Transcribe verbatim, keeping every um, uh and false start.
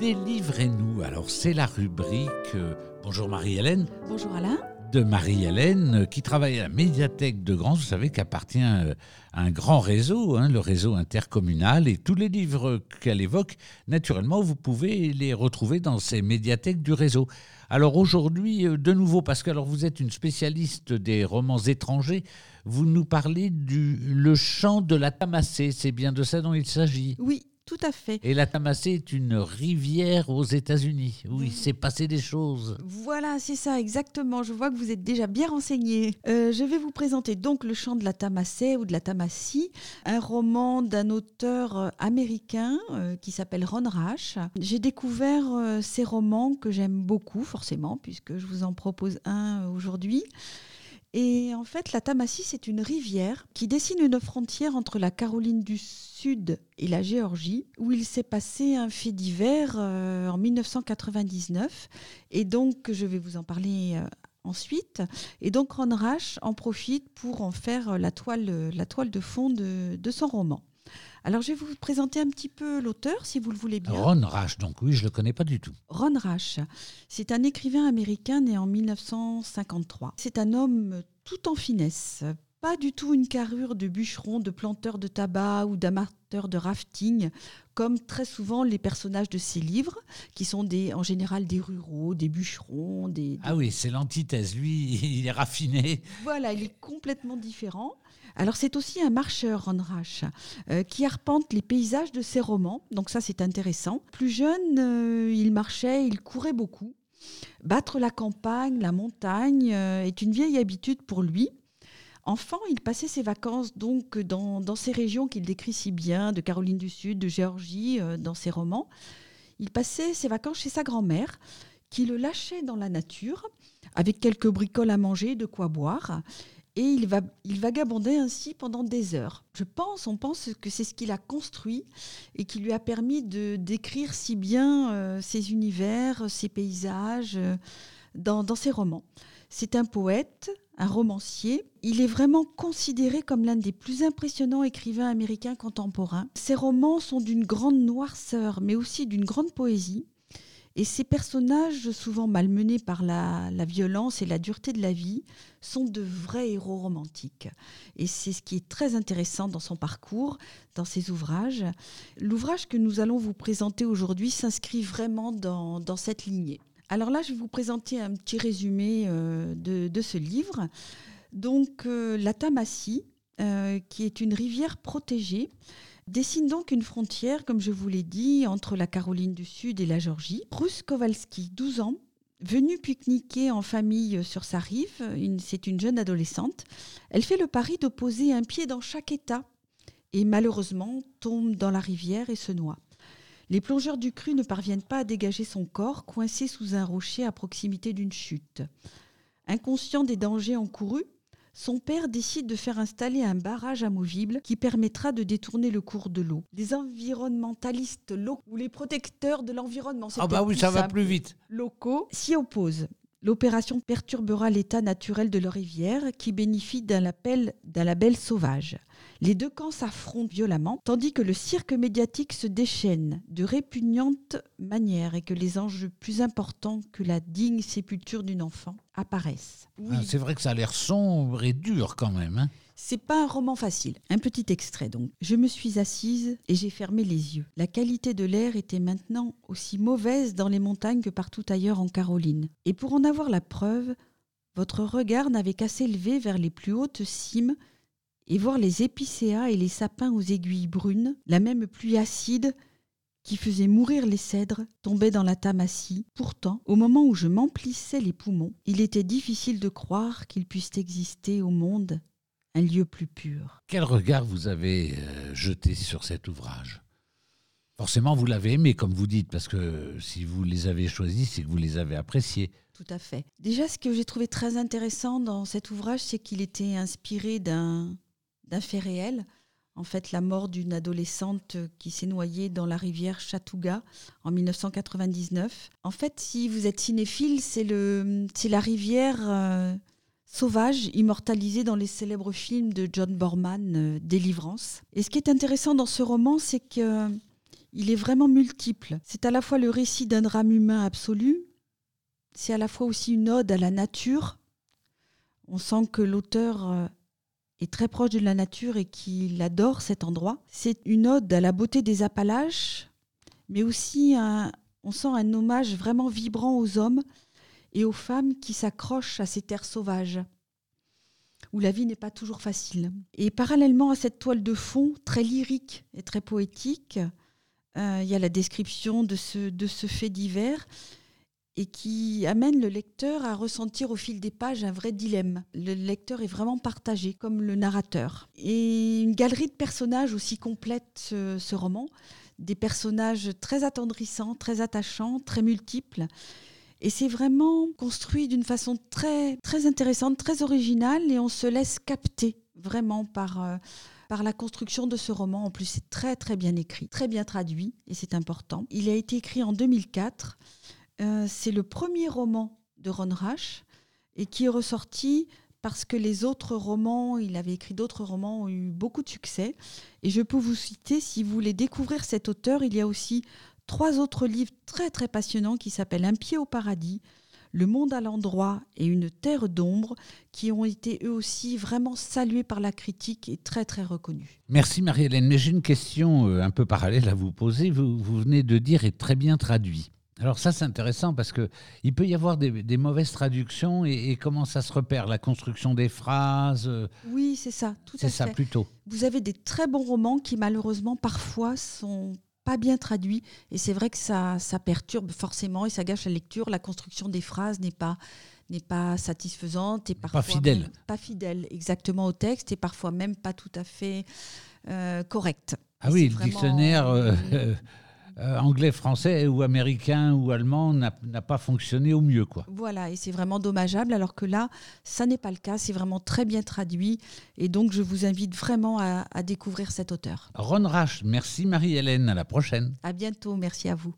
Délivrez-nous. Alors, c'est la rubrique euh, Bonjour Marie-Hélène. Bonjour Alain. De Marie-Hélène, euh, qui travaille à la médiathèque de Grance. Vous savez qu'appartient euh, à un grand réseau, hein, le réseau intercommunal. Et tous les livres qu'elle évoque, naturellement, vous pouvez les retrouver dans ces médiathèques du réseau. Alors aujourd'hui, euh, de nouveau, parce que alors, vous êtes une spécialiste des romans étrangers, vous nous parlez du Le Chant de la Tamasée. C'est bien de ça dont il s'agit. Oui, tout à fait. Et la Tamasée est une rivière aux États-Unis où il s'est passé des choses. Voilà, c'est ça, exactement. Je vois que vous êtes déjà bien renseigné. Euh, je vais vous présenter donc Le Chant de la Tamasée ou de la Tamassie, un roman d'un auteur euh, américain euh, qui s'appelle Ron Rash. J'ai découvert euh, ces romans que j'aime beaucoup, forcément, puisque je vous en propose un euh, aujourd'hui. Et en fait, la Tamassie, c'est une rivière qui dessine une frontière entre la Caroline du Sud et la Géorgie, où il s'est passé un fait divers euh, en mille neuf cent quatre-vingt-dix-neuf. Et donc, je vais vous en parler euh, ensuite. Et donc, Ron Rash en profite pour en faire la toile, la toile de fond de, de son roman. Alors, je vais vous présenter un petit peu l'auteur, si vous le voulez bien. Ron Rash, donc oui, je ne le connais pas du tout. Ron Rash, c'est un écrivain américain né en mille neuf cent cinquante-trois. C'est un homme tout en finesse, pas du tout une carrure de bûcheron, de planteur de tabac ou d'amateur de rafting, comme très souvent les personnages de ses livres, qui sont des, en général des ruraux, des bûcherons. Des, des... Ah oui, c'est l'antithèse. Lui, il est raffiné. Voilà, il est complètement différent. Alors c'est aussi un marcheur, Ron Rash, euh, qui arpente les paysages de ses romans. Donc ça, c'est intéressant. Plus jeune, euh, il marchait, il courait beaucoup. Battre la campagne, la montagne euh, est une vieille habitude pour lui. Enfant, il passait ses vacances donc dans, dans ces régions qu'il décrit si bien, de Caroline du Sud, de Géorgie, euh, dans ses romans. Il passait ses vacances chez sa grand-mère, qui le lâchait dans la nature, avec quelques bricoles à manger, de quoi boire. Et il, va, il vagabondait ainsi pendant des heures. Je pense, on pense que c'est ce qu'il a construit et qui lui a permis de décrire si bien euh, ses univers, ses paysages euh, dans, dans ses romans. C'est un poète, un romancier. Il est vraiment considéré comme l'un des plus impressionnants écrivains américains contemporains. Ses romans sont d'une grande noirceur, mais aussi d'une grande poésie. Et ces personnages, souvent malmenés par la, la violence et la dureté de la vie, sont de vrais héros romantiques. Et c'est ce qui est très intéressant dans son parcours, dans ses ouvrages. L'ouvrage que nous allons vous présenter aujourd'hui s'inscrit vraiment dans, dans cette lignée. Alors là, je vais vous présenter un petit résumé euh, de, de ce livre. Donc, euh, la Tamassie, euh, qui est une rivière protégée, dessine donc une frontière, comme je vous l'ai dit, entre la Caroline du Sud et la Géorgie. Ruth Kowalski, douze ans, venue pique-niquer en famille sur sa rive, une, c'est une jeune adolescente, elle fait le pari de poser un pied dans chaque État et malheureusement tombe dans la rivière et se noie. Les plongeurs du cru ne parviennent pas à dégager son corps, coincé sous un rocher à proximité d'une chute. Inconscient des dangers encourus, son père décide de faire installer un barrage amovible qui permettra de détourner le cours de l'eau. Les environnementalistes locaux ou les protecteurs de l'environnement, c'est Ah bah oui, ça va plus vite. Locaux s'y opposent. L'opération perturbera l'état naturel de leur rivière qui bénéficie d'un label, d'un label sauvage. Les deux camps s'affrontent violemment, tandis que le cirque médiatique se déchaîne de répugnantes manières et que les enjeux plus importants que la digne sépulture d'une enfant apparaissent. Oui. Ah, c'est vrai que ça a l'air sombre et dur quand même. Hein. C'est pas un roman facile. Un petit extrait donc. Je me suis assise et j'ai fermé les yeux. La qualité de l'air était maintenant aussi mauvaise dans les montagnes que partout ailleurs en Caroline. Et pour en avoir la preuve, votre regard n'avait qu'à s'élever vers les plus hautes cimes et voir les épicéas et les sapins aux aiguilles brunes, la même pluie acide qui faisait mourir les cèdres, tombait dans la Tamassie. Pourtant, au moment où je m'emplissais les poumons, il était difficile de croire qu'il puisse exister au monde un lieu plus pur. Quel regard vous avez euh, jeté sur cet ouvrage ? Forcément, vous l'avez aimé, comme vous dites, parce que si vous les avez choisis, c'est que vous les avez appréciés. Tout à fait. Déjà, ce que j'ai trouvé très intéressant dans cet ouvrage, c'est qu'il était inspiré d'un, d'un fait réel. En fait, la mort d'une adolescente qui s'est noyée dans la rivière Chattooga en dix-neuf cent quatre-vingt-dix-neuf. En fait, si vous êtes cinéphile, c'est, le, c'est la rivière euh, sauvage, immortalisée dans les célèbres films de John Borman, euh, Délivrance. Et ce qui est intéressant dans ce roman, c'est que Il est vraiment multiple. C'est à la fois le récit d'un drame humain absolu, c'est à la fois aussi une ode à la nature. On sent que l'auteur est très proche de la nature et qu'il adore cet endroit. C'est une ode à la beauté des Appalaches, mais aussi un, on sent un hommage vraiment vibrant aux hommes et aux femmes qui s'accrochent à ces terres sauvages, où la vie n'est pas toujours facile. Et parallèlement à cette toile de fond, très lyrique et très poétique, euh, il y a la description de ce, de ce fait divers et qui amène le lecteur à ressentir au fil des pages un vrai dilemme. Le lecteur est vraiment partagé, comme le narrateur. Et une galerie de personnages aussi complète ce, ce roman, des personnages très attendrissants, très attachants, très multiples. Et c'est vraiment construit d'une façon très, très intéressante, très originale, et on se laisse capter vraiment par, euh, par la construction de ce roman. En plus, c'est très, très bien écrit, très bien traduit, et c'est important. Il a été écrit en deux mille quatre. Euh, c'est le premier roman de Ron Rash, et qui est ressorti parce que les autres romans, il avait écrit d'autres romans, ont eu beaucoup de succès. Et je peux vous citer, si vous voulez découvrir cet auteur, il y a aussi trois autres livres très très passionnants qui s'appellent Un pied au paradis, Le monde à l'endroit et Une terre d'ombre, qui ont été eux aussi vraiment salués par la critique et très très reconnus. Merci Marie-Hélène, mais j'ai une question un peu parallèle à vous poser. Vous, vous venez de dire « est très bien traduit ». Alors ça c'est intéressant parce qu'il peut y avoir des, des mauvaises traductions et, et comment ça se repère, la construction des phrases. Oui, c'est ça, tout à fait. C'est ça plutôt. Vous avez des très bons romans qui malheureusement parfois sont pas bien traduits et c'est vrai que ça, ça perturbe forcément et ça gâche la lecture. La construction des phrases n'est pas, n'est pas satisfaisante et parfois pas fidèle. Même, pas fidèle exactement au texte et parfois même pas tout à fait euh, correcte. Ah et oui, le vraiment... dictionnaire euh, euh, euh, anglais, français ou américain ou allemand n'a, n'a pas fonctionné au mieux, quoi. Voilà, et c'est vraiment dommageable, alors que là, ça n'est pas le cas, c'est vraiment très bien traduit, et donc je vous invite vraiment à, à découvrir cet auteur. Ron Rash, merci Marie-Hélène, à la prochaine. À bientôt, merci à vous.